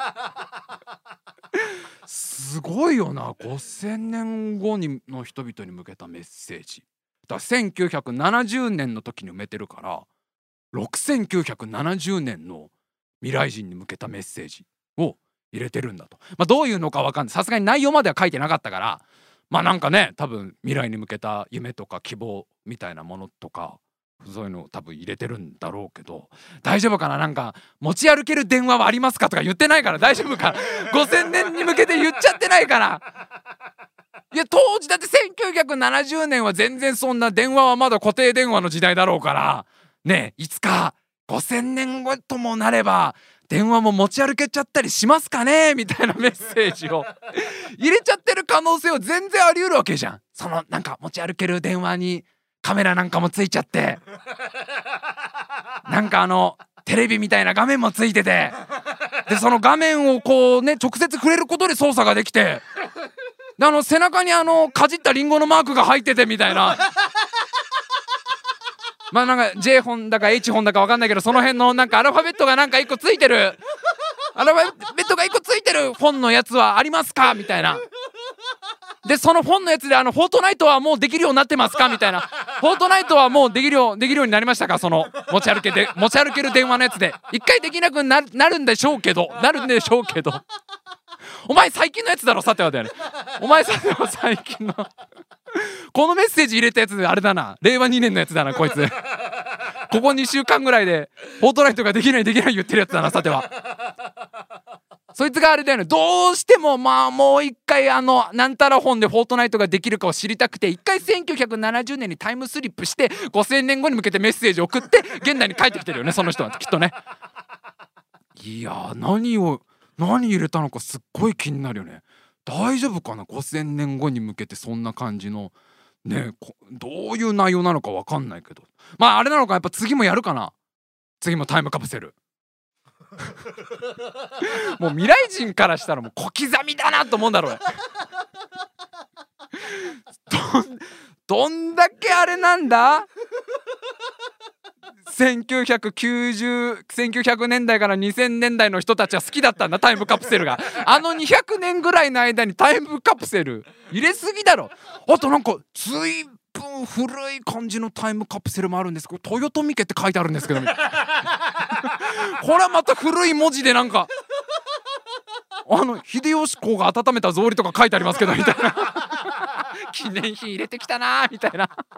すごいよな。ごせんねんごにの人々に向けたメッセージだからせんきゅうひゃくななじゅうねんの時に埋めてるからろくせんきゅうひゃくななじゅうねんの未来人に向けたメッセージを入れてるんだと。まあどういうのかわかんない。さすがに内容までは書いてなかったからまあなんかね多分未来に向けた夢とか希望みたいなものとかそういうのを多分入れてるんだろうけど大丈夫かな。なんか持ち歩ける電話はありますかとか言ってないから大丈夫かな。ごせんねんに向けて言っちゃってないから。いや当時だってせんきゅうひゃくななじゅうねんは全然そんな電話はまだ固定電話の時代だろうからねえいつかごせんねんごともなれば電話も持ち歩けちゃったりしますかねみたいなメッセージを入れちゃってる可能性は全然あり得るわけじゃん。そのなんか持ち歩ける電話にカメラなんかもついちゃってなんかあのテレビみたいな画面もついててでその画面をこうね直接触れることで操作ができてであの背中にあのかじったリンゴのマークが入っててみたいなまあなんか J 本だか H 本だか分かんないけどその辺のなんかアルファベットがなんかいっこついてるアルファベットがいっこついてる本のやつはありますかみたいな。でその本のやつであのフォートナイトはもうできるようになってますかみたいな。フォートナイトはもうできるようできるようになりましたか。その持ち歩けで持ち歩ける電話のやつで一回できなくなる、なるんでしょうけどなるんでしょうけどお前最近のやつだろさてはだよね。お前さては最近のこのメッセージ入れたやつあれだなれいわにねんのやつだなこいつここにしゅうかんぐらいでフォートナイトができないできない言ってるやつだなさては。そいつがあれだよねどうしてもまあもう一回あのなんたら本でフォートナイトができるかを知りたくて一回せんきゅうひゃくななじゅうねんにタイムスリップしてごせんねんごに向けてメッセージを送って現代に帰ってきてるよねその人はきっとね。いやー何を何入れたのかすっごい気になるよね。大丈夫かなごせんねんごに向けてそんな感じのねどういう内容なのか分かんないけどまああれなのかやっぱ次もやるかな。次もタイムカプセルもう未来人からしたらもう小刻みだなと思うんだろうど, どんだけあれなんだせんきゅうひゃくきゅうじゅう、せんきゅうひゃくねんだいからにせんねんだいの人たちは好きだったんだタイムカプセルが。あのにひゃくねんぐらいの間にタイムカプセル入れすぎだろ。あとなんか随分古い感じのタイムカプセルもあるんですけど豊臣家って書いてあるんですけどこれはまた古い文字でなんかあの秀吉公が温めた草履とか書いてありますけどみたいな記念碑入れてきたなみたい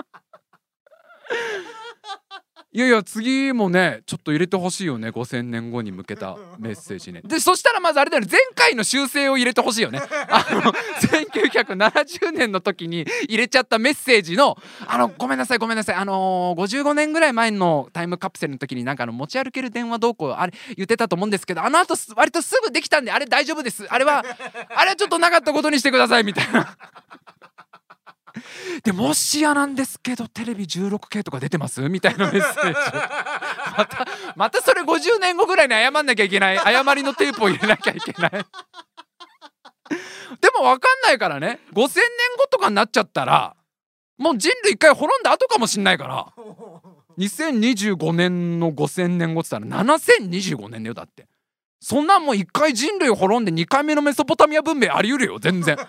ないやいや次もねちょっと入れてほしいよねごせんねんごに向けたメッセージね。でそしたらまずあれだよね前回の修正を入れてほしいよねあのせんきゅうひゃくななじゅうねんの時に入れちゃったメッセージのあのごめんなさいごめんなさいあのー、ごじゅうごねんぐらい前のタイムカプセルの時になんかあの持ち歩ける電話どうこうあれ言ってたと思うんですけどあの後割とすぐできたんであれ大丈夫ですあれはあれはちょっとなかったことにしてくださいみたいなでもしやなんですけどテレビ じゅうろくケー とか出てますみたいなメッセージまたまたそれごじゅうねんごぐらいに謝んなきゃいけない謝りのテープを入れなきゃいけないでも分かんないからねごせんねんごとかになっちゃったらもう人類一回滅んだ後かもしんないからにせんにじゅうごねんのごせんねんごって言ったらななせんにじゅうごねんだよ。だってそんなんもう一回人類滅んでにかいめのメソポタミア文明あり得るよ全然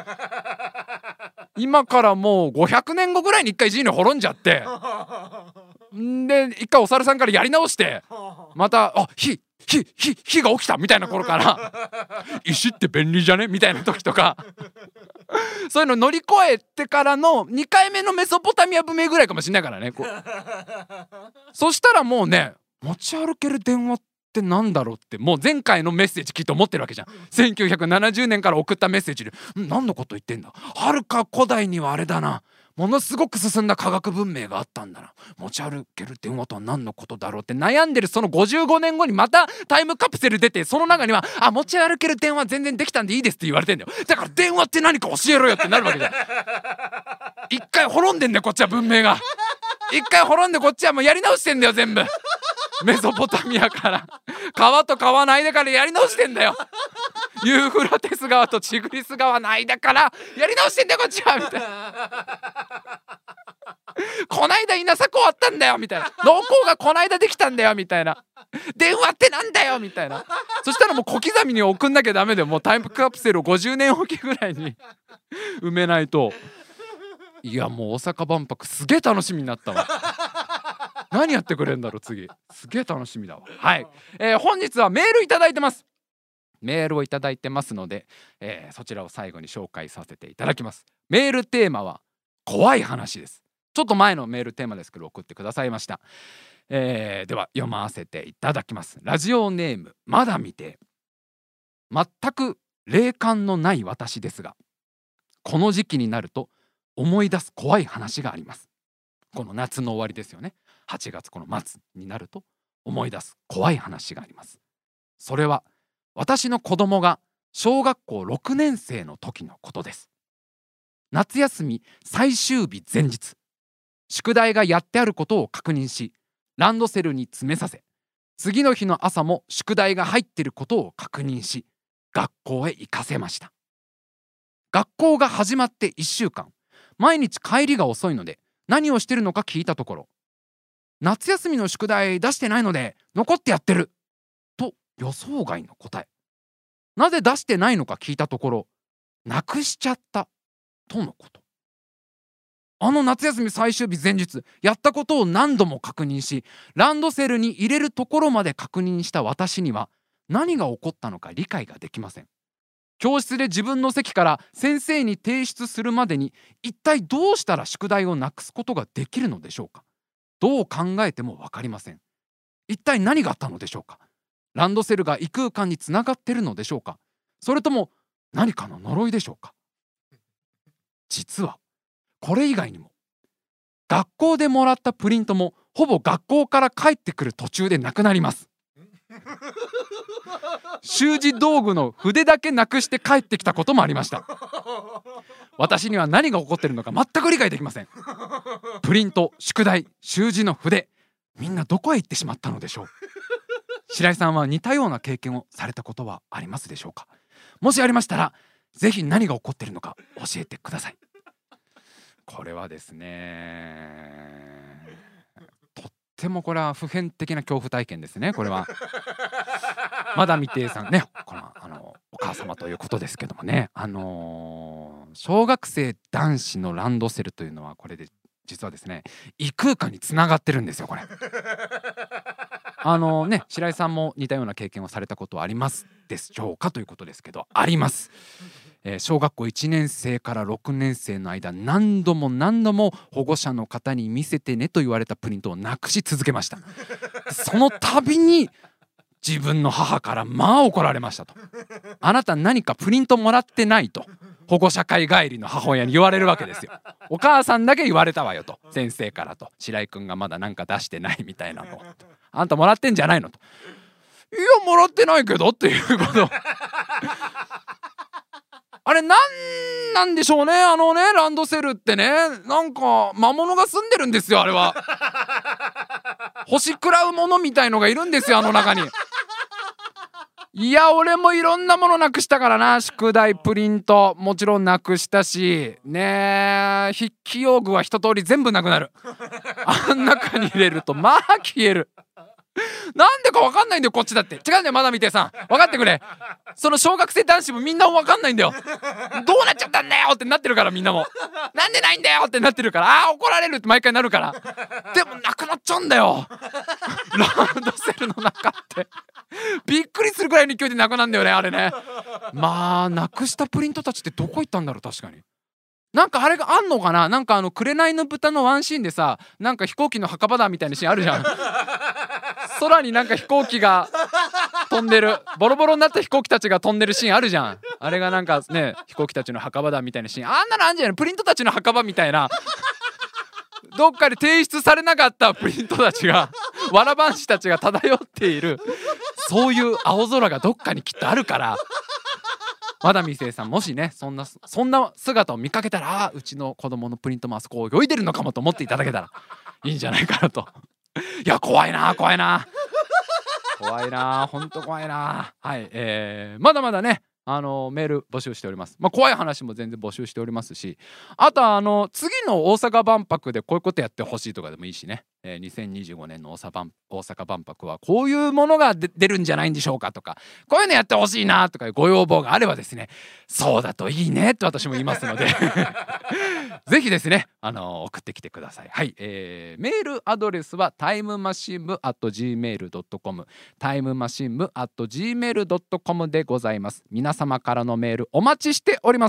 今からもうごひゃくねんごぐらいに一回人類滅んじゃってんで一回お猿さんからやり直してまたあ火火火火が起きたみたいな頃から石って便利じゃねみたいな時とかそういうの乗り越えてからのにかいめのメソポタミア文明ぐらいかもしれないからねこうそしたらもうね持ち歩ける電話ってなんだろうってもう前回のメッセージきっと思ってるわけじゃん。せんきゅうひゃくななじゅうねんから送ったメッセージでん何のこと言ってんだはるか古代にはあれだなものすごく進んだ科学文明があったんだな持ち歩ける電話とは何のことだろうって悩んでるそのごじゅうごねんごにまたタイムカプセル出てその中にはあ持ち歩ける電話全然できたんでいいですって言われてんだよ。だから電話って何か教えろよってなるわけじゃん一回滅んでんだよこっちは文明が一回滅んでこっちはもうやり直してんだよ全部メソポタミアから川と川の間からやり直してんだよユーフラテス川とチグリス川の間からやり直してんだよこっちはみたいな。こないだ稲作終わったんだよみたいな。農耕がこないだできたんだよみたいな。電話ってなんだよみたいな。そしたらもう小刻みに送んなきゃダメだよ。もうタイムカプセルをごじゅうねんおきぐらいに埋めないと。いやもう大阪万博すげえ楽しみになったわ。何やってくれるんだろう次。すげえ楽しみだわ。はい、えー、本日はメールいただいてます。メールをいただいてますので、えー、そちらを最後に紹介させていただきます。メールテーマは怖い話です。ちょっと前のメールテーマですけど送ってくださいました。えー、では読ませていただきます。ラジオネームまだ見て。全く霊感のない私ですが、この時期になると思い出す怖い話があります。この夏の終わりですよね。はちがつこの末になると思い出す怖い話があります。それは私の子供が小学校ろくねん生の時のことです。夏休み最終日前日、宿題がやってあることを確認し、ランドセルに詰めさせ、次の日の朝も宿題が入っていることを確認し、学校へ行かせました。学校が始まっていっしゅうかん、毎日帰りが遅いので何をしてるのか聞いたところ、夏休みの宿題出してないので残ってやってると予想外の答え。なぜ出してないのか聞いたところ、なくしちゃったとのこと。あの夏休み最終日前日、やったことを何度も確認し、ランドセルに入れるところまで確認した私には何が起こったのか理解ができません。教室で自分の席から先生に提出するまでに一体どうしたら宿題をなくすことができるのでしょうか。どう考えても分かりません。一体何があったのでしょうか。ランドセルが異空間につながっているのでしょうか。それとも何かの呪いでしょうか。実はこれ以外にも、学校でもらったプリントもほぼ学校から帰ってくる途中でなくなります。習字道具の筆だけなくして帰ってきたこともありました。私には何が起こっているのか全く理解できません。プリント、宿題、習字の筆、みんなどこへ行ってしまったのでしょう。白井さんは似たような経験をされたことはありますでしょうか。もしありましたらぜひ何が起こっているのか教えてください。これはですね、とってもこれは普遍的な恐怖体験ですね。これはまだ未定さんね、このあのお母様ということですけどもね、あのー、小学生男子のランドセルというのはこれで実はですね、異空間につながってるんですよこれ。あのね、白井さんも似たような経験をされたことはありますでしょうかということですけど、あります。えー、小学校いちねん生からろくねん生の間、何度も何度も保護者の方に見せてねと言われたプリントをなくし続けました。その度に自分の母からまあ怒られましたと。あなた何かプリントもらってないと保護者会帰りの母親に言われるわけですよ。お母さんだけ言われたわよと、先生からと、白井くんがまだなんか出してないみたいなの、あんたもらってんじゃないのと。いやもらってないけどっていうことあれなんなんでしょうね、あのねランドセルってね、なんか魔物が住んでるんですよあれは。星食らうものみたいのがいるんですよあの中に。いや俺もいろんなものなくしたからな。宿題、プリントもちろんなくしたしねえ、筆記用具は一通り全部なくなる。あん中に入れるとまあ消える。なんでか分かんないんだよこっちだって。違うんだよまだ見てさん、分かってくれ。その小学生男子もみんな分かんないんだよ。どうなっちゃったんだよってなってるから、みんなもなんでないんだよってなってるから、あー怒られるって毎回なるから。でもなくなっちゃうんだよランドセルの中ってびっくりするくらいの勢いでなくなんだよねあれね。まあなくしたプリントたちってどこ行ったんだろう。確かになんかあれがあんのかな。なんかあの紅の豚のワンシーンでさ、なんか飛行機の墓場だみたいなシーンあるじゃん。空になんか飛行機が飛んでる、ボロボロになった飛行機たちが飛んでるシーンあるじゃん。あれがなんかね、飛行機たちの墓場だみたいなシーン、あんなのあんじゃないの。プリントたちの墓場みたいなどっかで提出されなかったプリントたちが、わらばんしたちが漂っている、そういう青空がどっかにきっとあるから、まだみせいさんもしねそんなそんな姿を見かけたら、あうちの子供のプリントもあそこを泳いでるのかもと思っていただけたらいいんじゃないかなと。いや怖いな怖いな怖いな、ほんと怖いな。はい、えー、まだまだねあのメール募集しております。まあ怖い話も全然募集しておりますし、あとはあの次の大阪万博でこういうことやってほしいとかでもいいしね、えー、にせんにじゅうごねんの大阪万大阪万博はこういうものが出るんじゃないんでしょうかとか、こういうのやってほしいなとかいうご要望があればですね、そうだといいねと私も言いますのでぜひですね、あのー、送ってきてください。はい、えー、メールアドレスはタイムマシン部 アットジーメールドットコム タイムマシン部 アットジーメールドットコム でございます。皆様からのメールお待ちしております。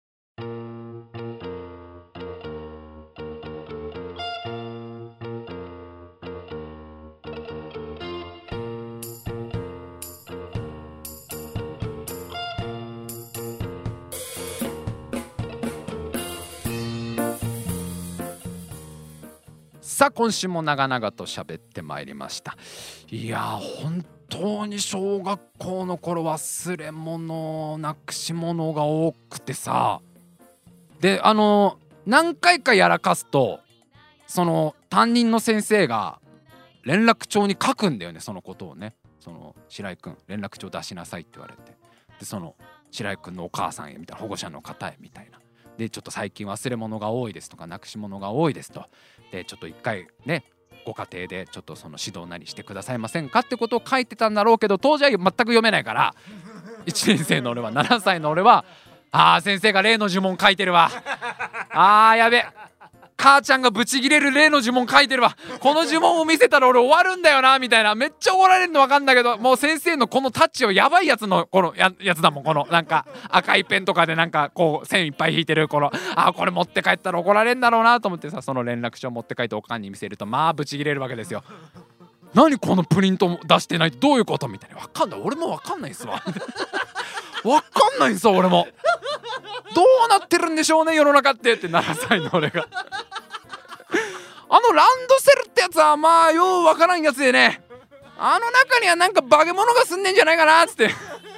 さあ今週も長々と喋ってまいりました。いや本当に小学校の頃忘れ物なくし物が多くてさ、であの何回かやらかすとその担任の先生が連絡帳に書くんだよね、そのことをね。その白井くん連絡帳出しなさいって言われて、でその白井くんのお母さんへみたいな、保護者の方へみたいな、でちょっと最近忘れ物が多いですとかなくし物が多いですと、でちょっと一回ねご家庭でちょっとその指導なりしてくださいませんかってことを書いてたんだろうけど、当時は全く読めないからいちねん生の俺はななさいの俺はあー先生が例の呪文書いてるわ、あーやべ母ちゃんがブチギレる例の呪文書いてるわ、この呪文を見せたら俺終わるんだよなみたいな、めっちゃ怒られるの分かんだけど、もう先生のこのタッチはやばいやつのこの や, やつだもん。このなんか赤いペンとかでなんかこう線いっぱい引いてるこの、あこれ持って帰ったら怒られるんだろうなと思ってさ、その連絡帳持って帰っておかんに見せるとまあブチギレるわけですよ。何このプリント出してないってどういうことみたいな、分かんない俺も分かんないっすわ分かんないんすよ俺も、どうなってるんでしょうね世の中ってってななさいの俺があのランドセルってやつはまあようわからんやつでね、あの中にはなんか化け物がすんねんじゃないかなっつってい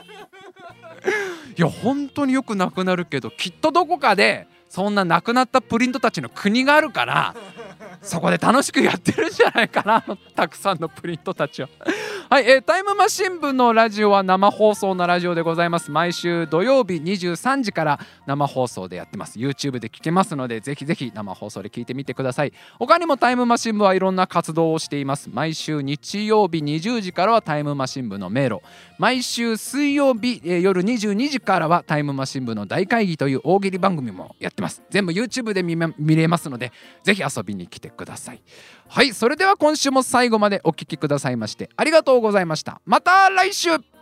や本当によくなくなるけど、きっとどこかでそんななくなったプリントたちの国があるからそこで楽しくやってるんじゃないかな、あのたくさんのプリントたちははい、えー、タイムマシン部のラジオは生放送のラジオでございます。毎週土曜日にじゅうさんじから生放送でやってます。 YouTube で聞けますのでぜひぜひ生放送で聞いてみてください。他にもタイムマシン部はいろんな活動をしています。毎週日曜日にじゅうじからはタイムマシン部の迷路、毎週水曜日、えー、夜にじゅうにじからはタイムマシン部の大会議という大喜利番組もやってます。全部 YouTube で 見, 見れますのでぜひ遊びに来てください。はい、それでは今週も最後までお聞きくださいましてありがとうございました。また来週。